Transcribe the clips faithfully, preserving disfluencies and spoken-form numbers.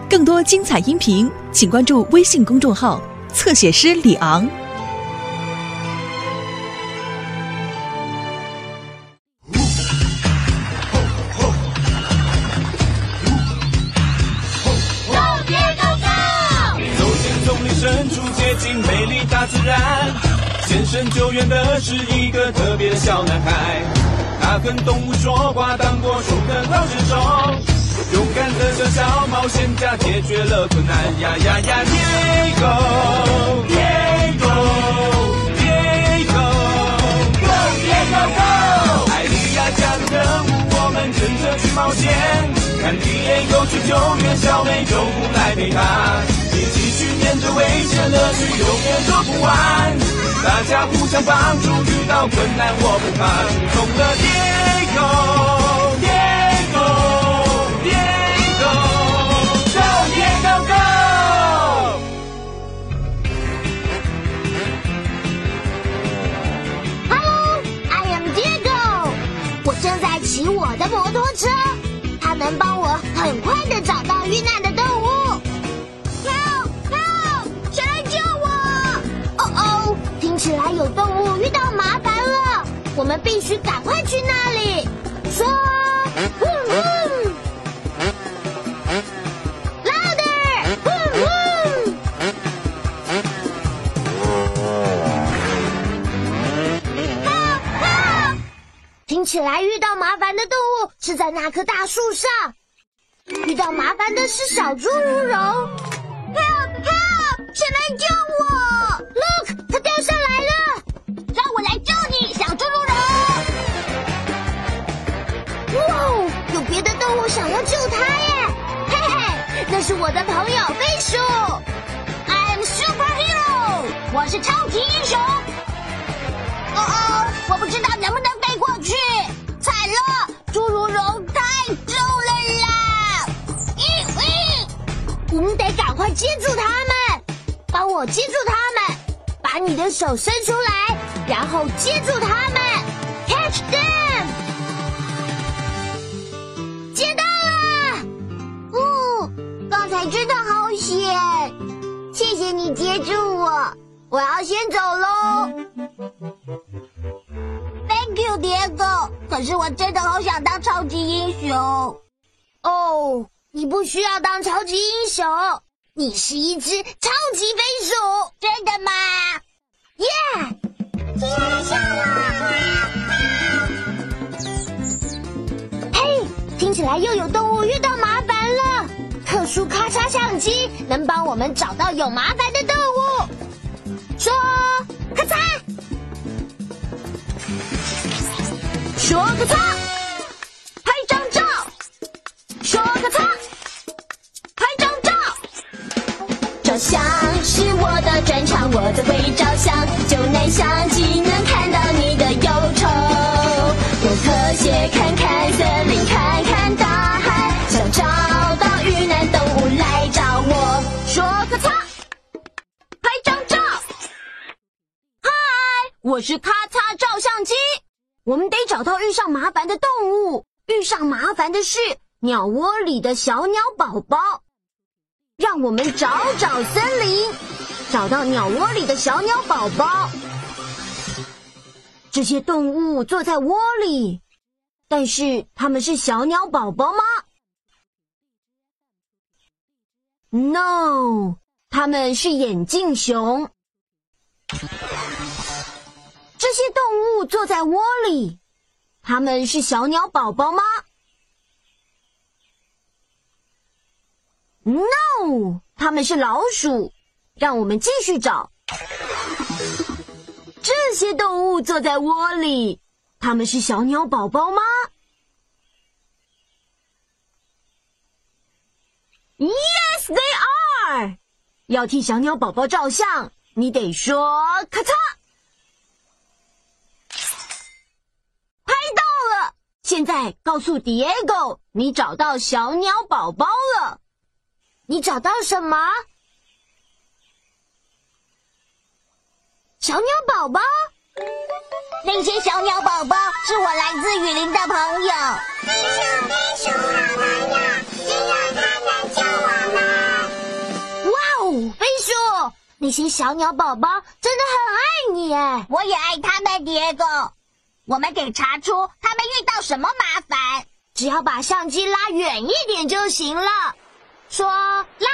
更多精彩音频，请关注微信公众号“侧写师李昂”。 深处接近美丽大自然，现身救援的是一个特别的小男孩。他跟动物说话，当过树的老选手，勇敢的小小冒险家，解决了困难呀呀呀 Diego Diego Diego Go Diego Go！ 艾利亚加入任务，我们跟着去冒险，看 Diego 去救援，小美救护来陪他。一起去面对危险，乐趣永远做不完。大家互相帮助，遇到困难我不怕。出动了 Diego Diego Diego Go Diego Go！ Hello, I am Diego。我正在骑我的摩托车，它能帮我很快的找到遇难的动物。起来有动物遇到麻烦了，我们必须赶快去那里。说，嗡嗡 ，louder， 嗡嗡。啊啊！听起来遇到麻烦的动物是在那棵大树上，遇到麻烦的是小侏儒龙。Help help！ 谁来救我 ？Look， 它掉下来了。让我来救你，小侏儒龙。哇哦，有别的动物想要救它耶！嘿嘿，那是我的朋友飞鼠。I'm superhero， 我是超级英雄。哦哦，我不知道能不能飞过去。惨了，侏儒龙太重了啦！咦咦，我们得赶快接住它们。帮我接住它们，把你的手伸出来，然后接住它们 ，catch them， 接到了。哦，刚才真的好险，谢谢你接住我，我要先走喽。Thank you, Diego。可是我真的好想当超级英雄。哦，你不需要当超级英雄。你是一只超级飞鼠，真的吗？耶！接下来上了！嘿，听起来又有动物遇到麻烦了。特殊咔嚓相机能帮我们找到有麻烦的动物。说，咔嚓！说咔嚓！拍张照。说咔嚓！照相是我的专长，我最会照相，就拿相机能看到你的忧愁。用特写看看森林，看看大海，想找到遇难动物来找我。说咔嚓，拍张照。嗨，我是咔嚓照相机。我们得找到遇上麻烦的动物。遇上麻烦的是鸟窝里的小鸟宝宝。让我们找找森林，找到鸟窝里的小鸟宝宝。这些动物坐在窝里，但是它们是小鸟宝宝吗 ？No， 它们是眼镜熊。这些动物坐在窝里，它们是小鸟宝宝吗？No， 它们是老鼠。让我们继续找。这些动物坐在窝里，它们是小鸟宝宝吗 ？Yes, they are。要替小鸟宝宝照相，你得说咔嚓，拍到了。现在告诉 Diego， 你找到小鸟宝宝了。你找到什么？小鸟宝宝？那些小鸟宝宝是我来自雨林的朋友。飞鼠，飞鼠，好朋友，只有他能救我们。 那些小鸟宝宝真的很爱你哎！ 我也爱他们，蝶狗。我们得查出他们遇到什么麻烦。 只要把相机拉远一点就行了。说拉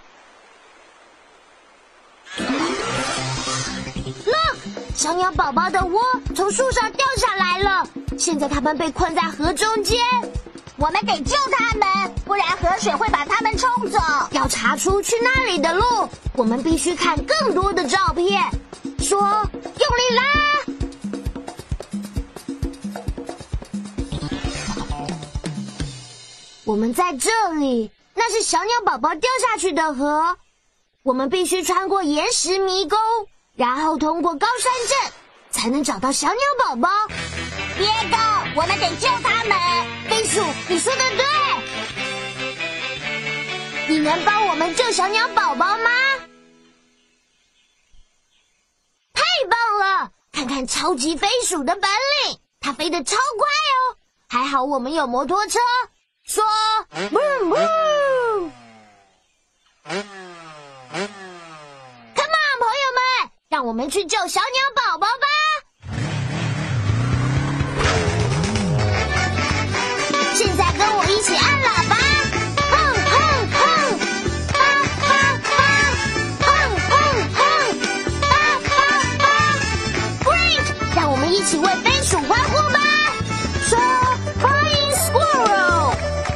，Look， 小鸟宝宝的窝从树上掉下来了，现在它们被困在河中间。 我们得救它们，不然河水会把它们冲走。 要查出去那里的路，我们必须看更多的照片。说，用力拉。我们在这里，那是小鸟宝宝掉下去的河。我们必须穿过岩石迷宫，然后通过高山镇，才能找到小鸟宝宝。 别狗，我们得救它们。 飞鼠，你说的对。你能帮我们救小鸟宝宝吗？太棒了！看看超级飞鼠的本领，它飞得超快哦。还好我们有摩托车。说 boom boom， Come on， 朋友们，让我们去救小鸟宝宝吧！现在跟我一起按喇叭，砰砰砰，叭叭叭，砰砰砰，叭叭叭 ，Great！ 让我们一起为飞鼠欢呼吧！说 Flying Squirrel。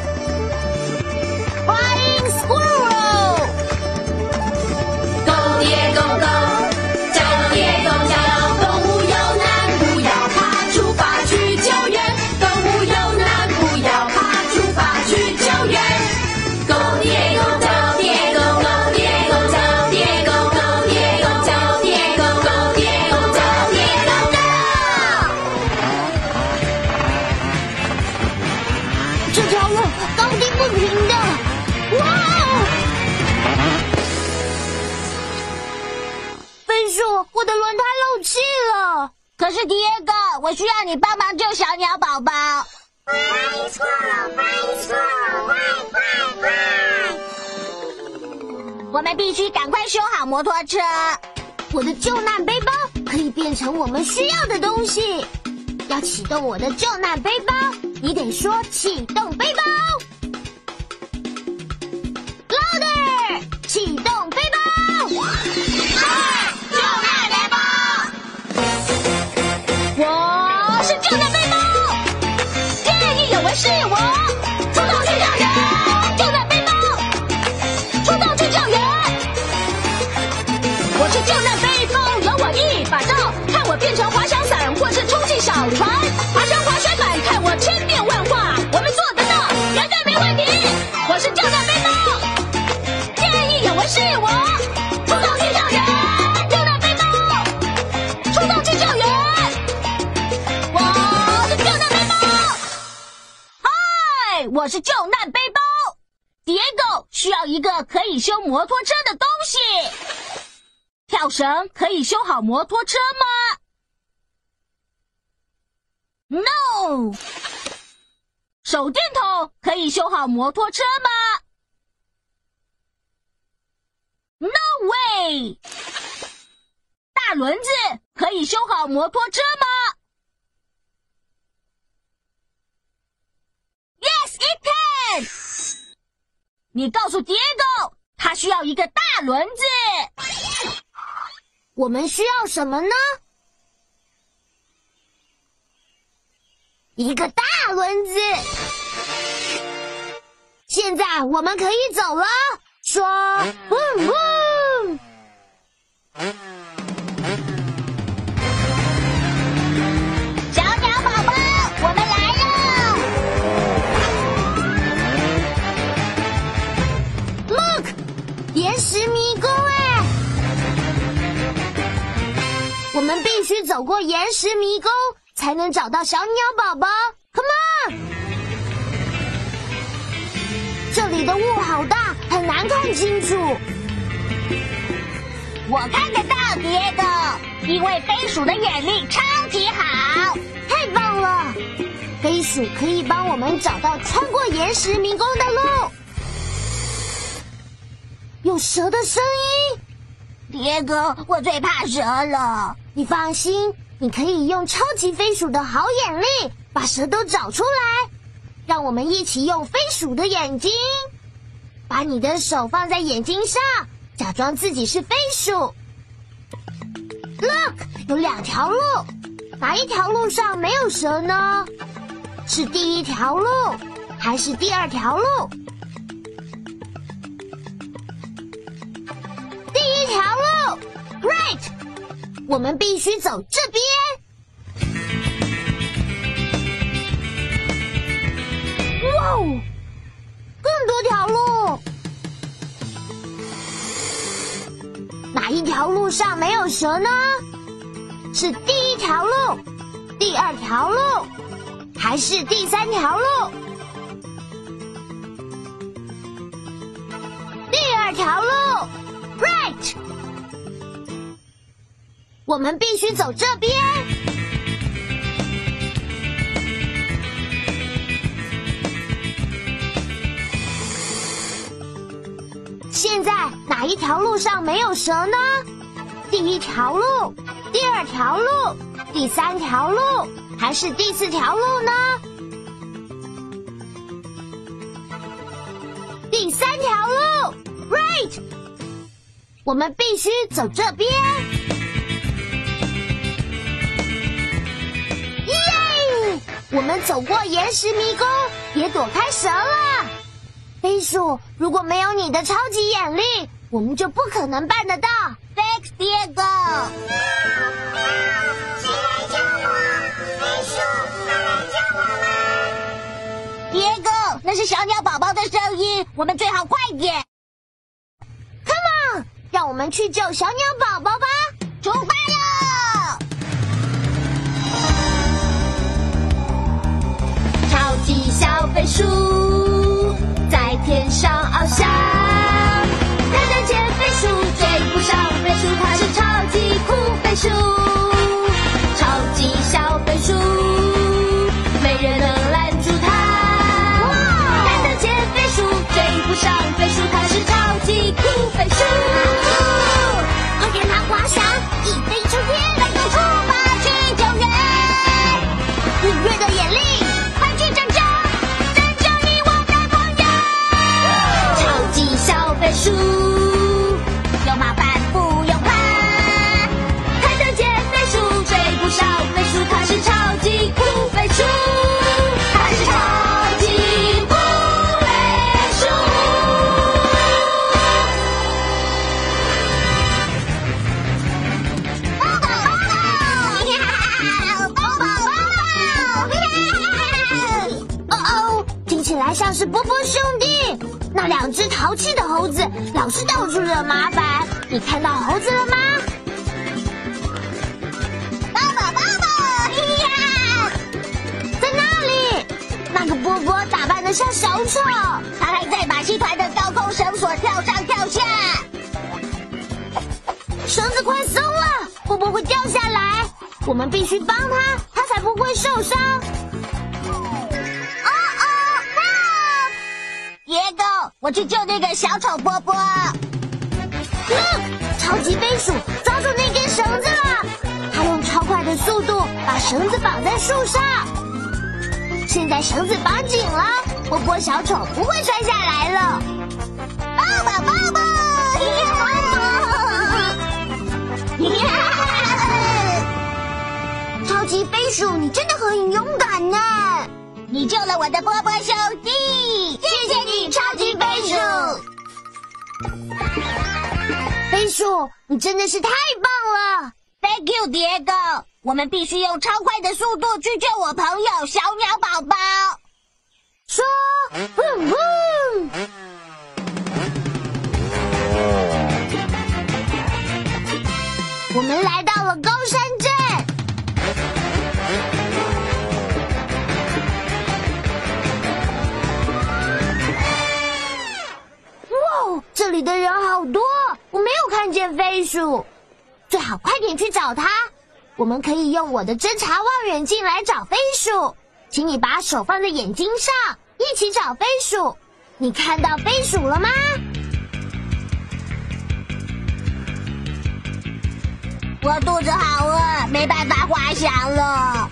我的轮胎漏气了。 可是迪耶哥，我需要你帮忙救小鸟宝宝。 Flying squirrel, flying squirrel, fly, fly, fly。 我们必须赶快修好摩托车。 我的救难背包可以变成我们需要的东西。要启动我的救难背包，你得说启动背包。Loader， 启动背包。 我是救难背包，见义勇为是我，出动去救人，救难背包，出动去救援。我是救难背包，有我一把刀，看我变成滑翔伞或是充气小船，爬上滑雪板，看我千变万化，我们做得到，绝对没问题。我是救难背包，见义勇为是我，出动去救人，救难背包，出动去救援。我是救难背包，蝶狗需要一个可以修摩托车的东西。跳绳可以修好摩托车吗 ？No。手电筒可以修好摩托车吗 ？No way。大轮子可以修好摩托车吗？Yes, it can！ 你告诉蝶狗，它需要一个大轮子。 我们需要什么呢？一个大轮子。现在我们可以走了。说 boom boom。 小鸟宝宝，我们来了。 Look， 岩石迷宫哎！我们必须走过岩石迷宫，才能找到小鸟宝宝。Come on！ 这里的雾好大，很难看清楚。 我看得到蝶狗，因为飞鼠的眼力超级好。 太棒了！飞鼠可以帮我们找到穿过岩石迷宫的路。有蛇的声音。 铁哥，我最怕蛇了。你放心，你可以用超级飞鼠的好眼力把蛇都找出来。让我们一起用飞鼠的眼睛，把你的手放在眼睛上，假装自己是飞鼠。Look， 有两条路，哪一条路上没有蛇呢？是第一条路，还是第二条路？第一条路 ，Right， 我们必须走这边。哇哦，更多条路，哪一条路上没有蛇呢？是第一条路、第二条路，还是第三条路？第二条路 ，Right， 我们必须走这边。现在哪一条路上没有蛇呢？第一条路、第二条路、第三条路，还是第四条路呢？第三条路 ，Right， 我们必须走这边。耶！我们走过岩石迷宫，也躲开蛇了。飞鼠，如果没有你的超级眼力，我们就不可能办得到。Thanks, Diego。 谁来救我？飞鼠，快来救我们 ！Diego，那是小鸟宝宝的声音，我们最好快点。Come on， 让我们去救小鸟宝宝吧！出发了！超级小飞鼠在天上翱翔，看得见飞鼠，追不上飞鼠，它是超级酷飞鼠，超级小飞鼠，没人能拦住它。看得见飞鼠，追不上飞鼠，它是超级酷飞鼠。快点拿滑翔，一飞冲天，来出发去救援。敏锐的眼力，快去拯救，拯救你我的朋友。超级小飞鼠，有麻烦不用怕，看得见飞鼠，追不上飞鼠，它是超级酷飞鼠，它是超级酷飞鼠。抱抱抱抱，抱抱抱抱。哦哦，听起来像是波波兄弟。那两只淘气的猴子老是到处惹麻烦，你看到猴子了吗？抱抱抱抱！呀，在那里，那个波波打扮得像小丑，他还在马戏团的高空绳索跳上跳下。绳子快松了，波波会掉下来，我们必须帮他，他才不会受伤。Diego， 我去救那个小丑波波。Look， 超级飞鼠抓住那根绳子了，他用超快的速度把绳子绑在树上。现在绳子绑紧了，波波小丑不会摔下来了。抱抱抱抱！超级飞鼠，你真的很勇敢呢！你救了我的波波兄弟，谢谢你，超级飞鼠。飞鼠，你真的是太棒了 ！Thank you, Diego。我们必须用超快的速度去救我朋友小鸟宝宝。说，嗡嗡。我们来到了高山镇。这里的人好多，我没有看见飞鼠，最好快点去找它。我们可以用我的侦察望远镜来找飞鼠，请你把手放在眼睛上，一起找飞鼠。你看到飞鼠了吗？ 我肚子好饿，没办法滑翔了。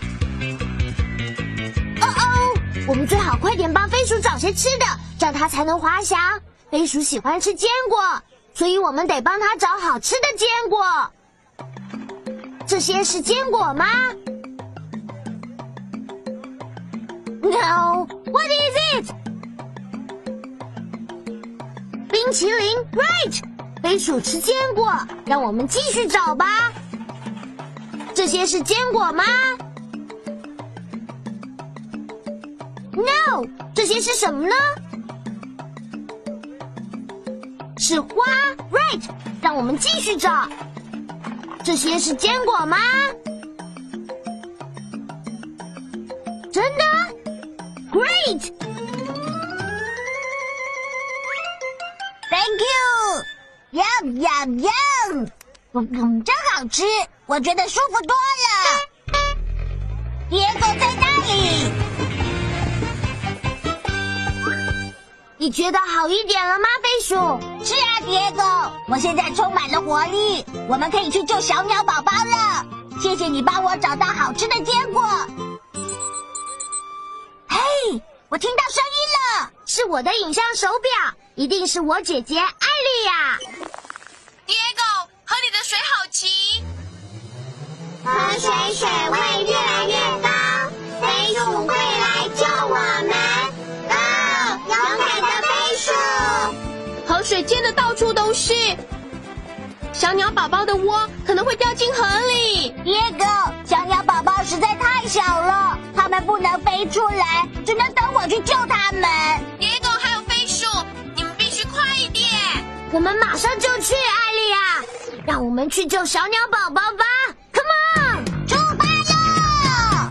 哦哦，我们最好快点帮飞鼠找些吃的，这样它才能滑翔。飞鼠喜欢吃坚果，所以我们得帮它找好吃的坚果。这些是坚果吗 ？No, what is it? 冰淇淋 ，Right？ 飞鼠吃坚果，让我们继续找吧。这些是坚果吗 ？No， 这些是什么呢？是花 ，Right？ 让我们继续找。这些是坚果吗？真的 ？Great！ Thank you. Yum yum yum. 嗯嗯，真好吃，我觉得舒服多了。野狗在哪里？ 你觉得好一点了吗，飞鼠？ 是啊，野狗，我现在充满了活力，我们可以去救小鸟宝宝了。谢谢你帮我找到好吃的坚果。嘿，我听到声音了， 是我的影像手表，一定是我姐姐艾莉亚。 野狗，喝你的水好奇。 喝水水位越来越高，飞鼠会来救我们。Go， 勇敢的飞鼠！ 河水溅得到处都是，小鸟宝宝的窝可能会掉进河里。 野狗，小鸟宝宝实在太小了，它们不能飞出来，只能等我去救它们。 野狗还有飞鼠，你们必须快一点！ 我们马上就去，艾莉亚，让我们去救小鸟宝宝吧 ！Come on， 出发喽！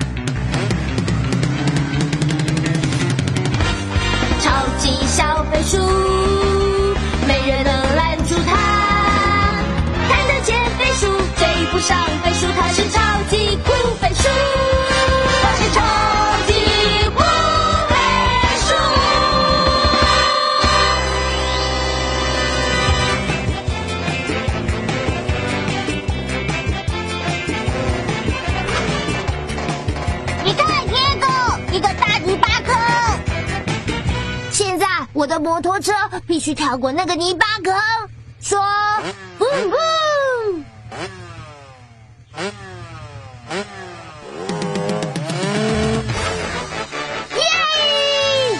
超级小飞鼠，没人能拦住它。看得见飞鼠，追不上飞鼠，它是超级酷飞鼠，它是超级酷飞鼠。 你看，野狗，一个大泥巴坑。 现在我的摩托车必须跳过那个泥巴坑，说，boom boom。耶！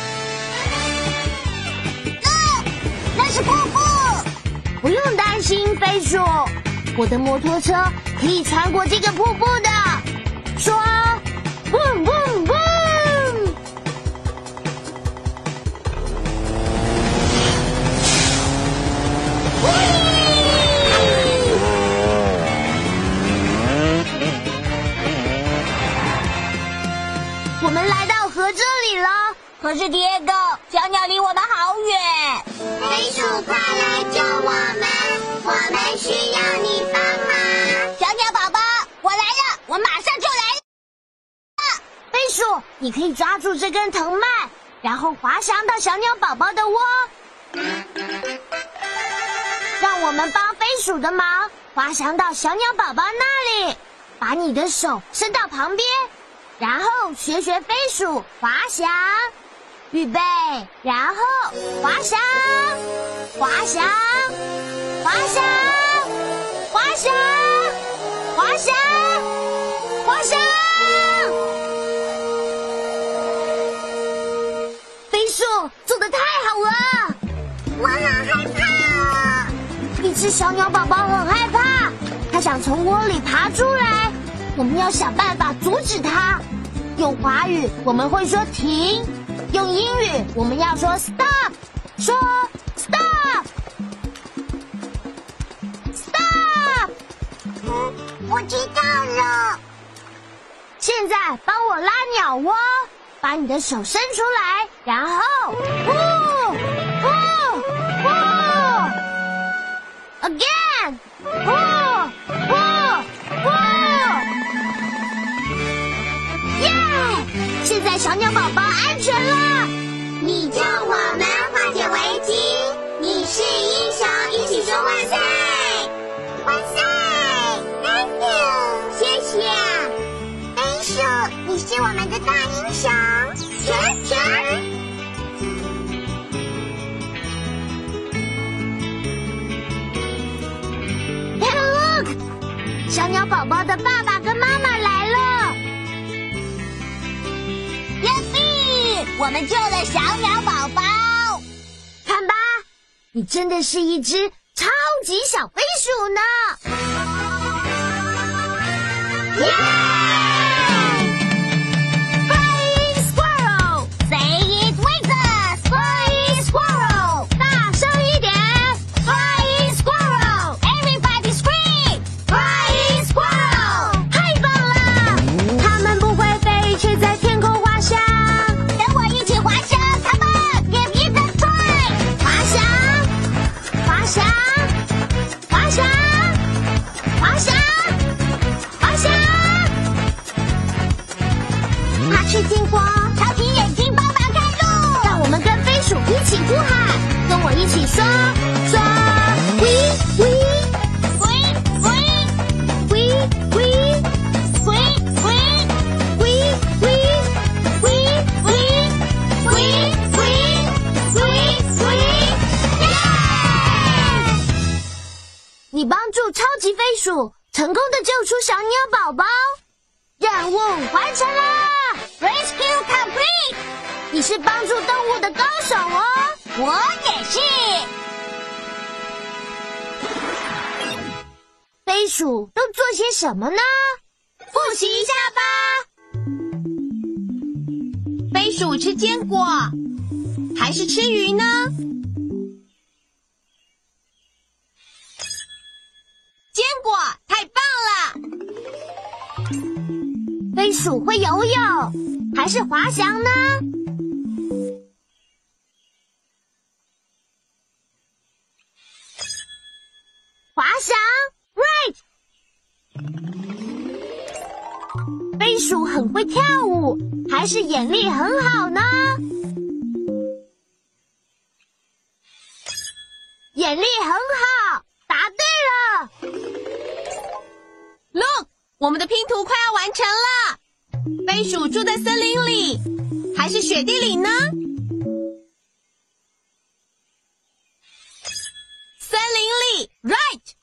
啊，那是瀑布。 不用担心，飞鼠，我的摩托车可以穿过这个瀑布的。说，boom boom boom。我们来到河这里了。 可是野狗，小鸟离我们好远。 飞鼠，快来救我们！我们需要你帮忙。 小鸟宝宝，我来了，我马上就来了。 飞鼠，你可以抓住这根藤蔓，然后滑翔到小鸟宝宝的窝。让我们帮飞鼠的忙，滑翔到小鸟宝宝那里。把你的手伸到旁边，然后学学飞鼠滑翔。预备，然后滑翔，滑翔，滑翔，滑翔，滑翔，滑翔。飞鼠做得太好了， 我好害怕哦！ 一只小鸟宝宝很害怕，它想从窝里爬出来，我们要想办法阻止它。用华语我们会说停，用英语我们要说 stop， 说 stop stop。 嗯，我知道了。 现在帮我拉鸟窝，把你的手伸出来，然后呼呼呼 again 呼呼呼，耶！现在小鸟宝宝安全了。 你救我们化解危机，你是英雄，一起说万岁！万岁！万岁！ 鸟宝宝的爸爸跟妈妈来了。 耶比，我们救了小鸟宝宝。 看吧，你真的是一只超级小飞鼠呢！耶！ Flying squirrel, Say it with us. Flying squirrel. 大声一点 ！Flying squirrel, Everybody scream. Flying squirrel. 太棒了！它们不会飞，却在天空滑翔。 跟我一起滑翔 ，Come on, give it a try. 滑翔，滑翔，滑翔，滑翔，滑翔。它去经过， 超级眼睛帮忙开路。 让我们跟飞鼠一起呼喊，跟我一起说说 we we Squeak, squeak, we we squeak, squeak, we we squeak, squeak, squeak, squeak, squeak, squeak. 耶！ 你帮助超级飞鼠成功的救出小鸟宝宝，任务完成啦！ Rescue complete. 你是帮助动物的高手哦。 我也是。 飞鼠都做些什么呢？复习一下吧。 飞鼠吃坚果，还是吃鱼呢？坚果，太棒了！ 飞鼠会游泳，还是滑翔呢？滑翔 ，right。飞鼠很会跳舞，还是眼力很好呢？眼力很好，答对了。 Look， 我们的拼图快要完成了。飞鼠住在森林里，还是雪地里呢？森林里 ，right。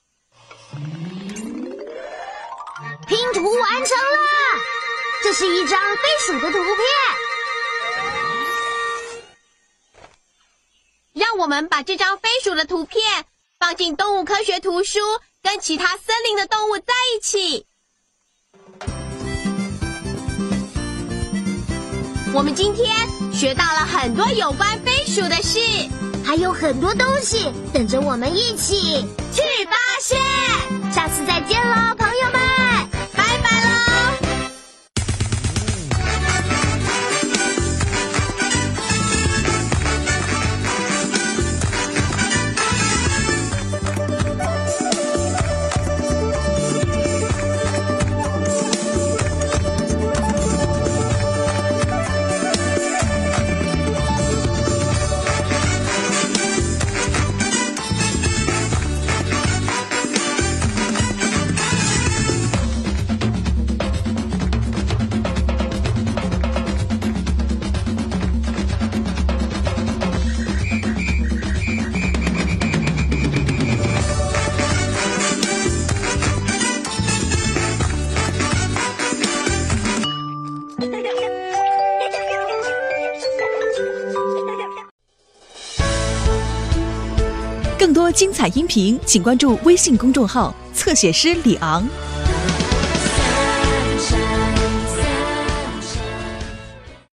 拼图完成了，这是一张飞鼠的图片。 让我们把这张飞鼠的图片放进动物科学图书，跟其他森林的动物在一起。我们今天学到了很多有关飞鼠的事， 还有很多东西等着我们一起去发现。下次再见喽，朋友们， 拜拜喽！ 更多精彩音频，请关注微信公众号“侧写师李昂”。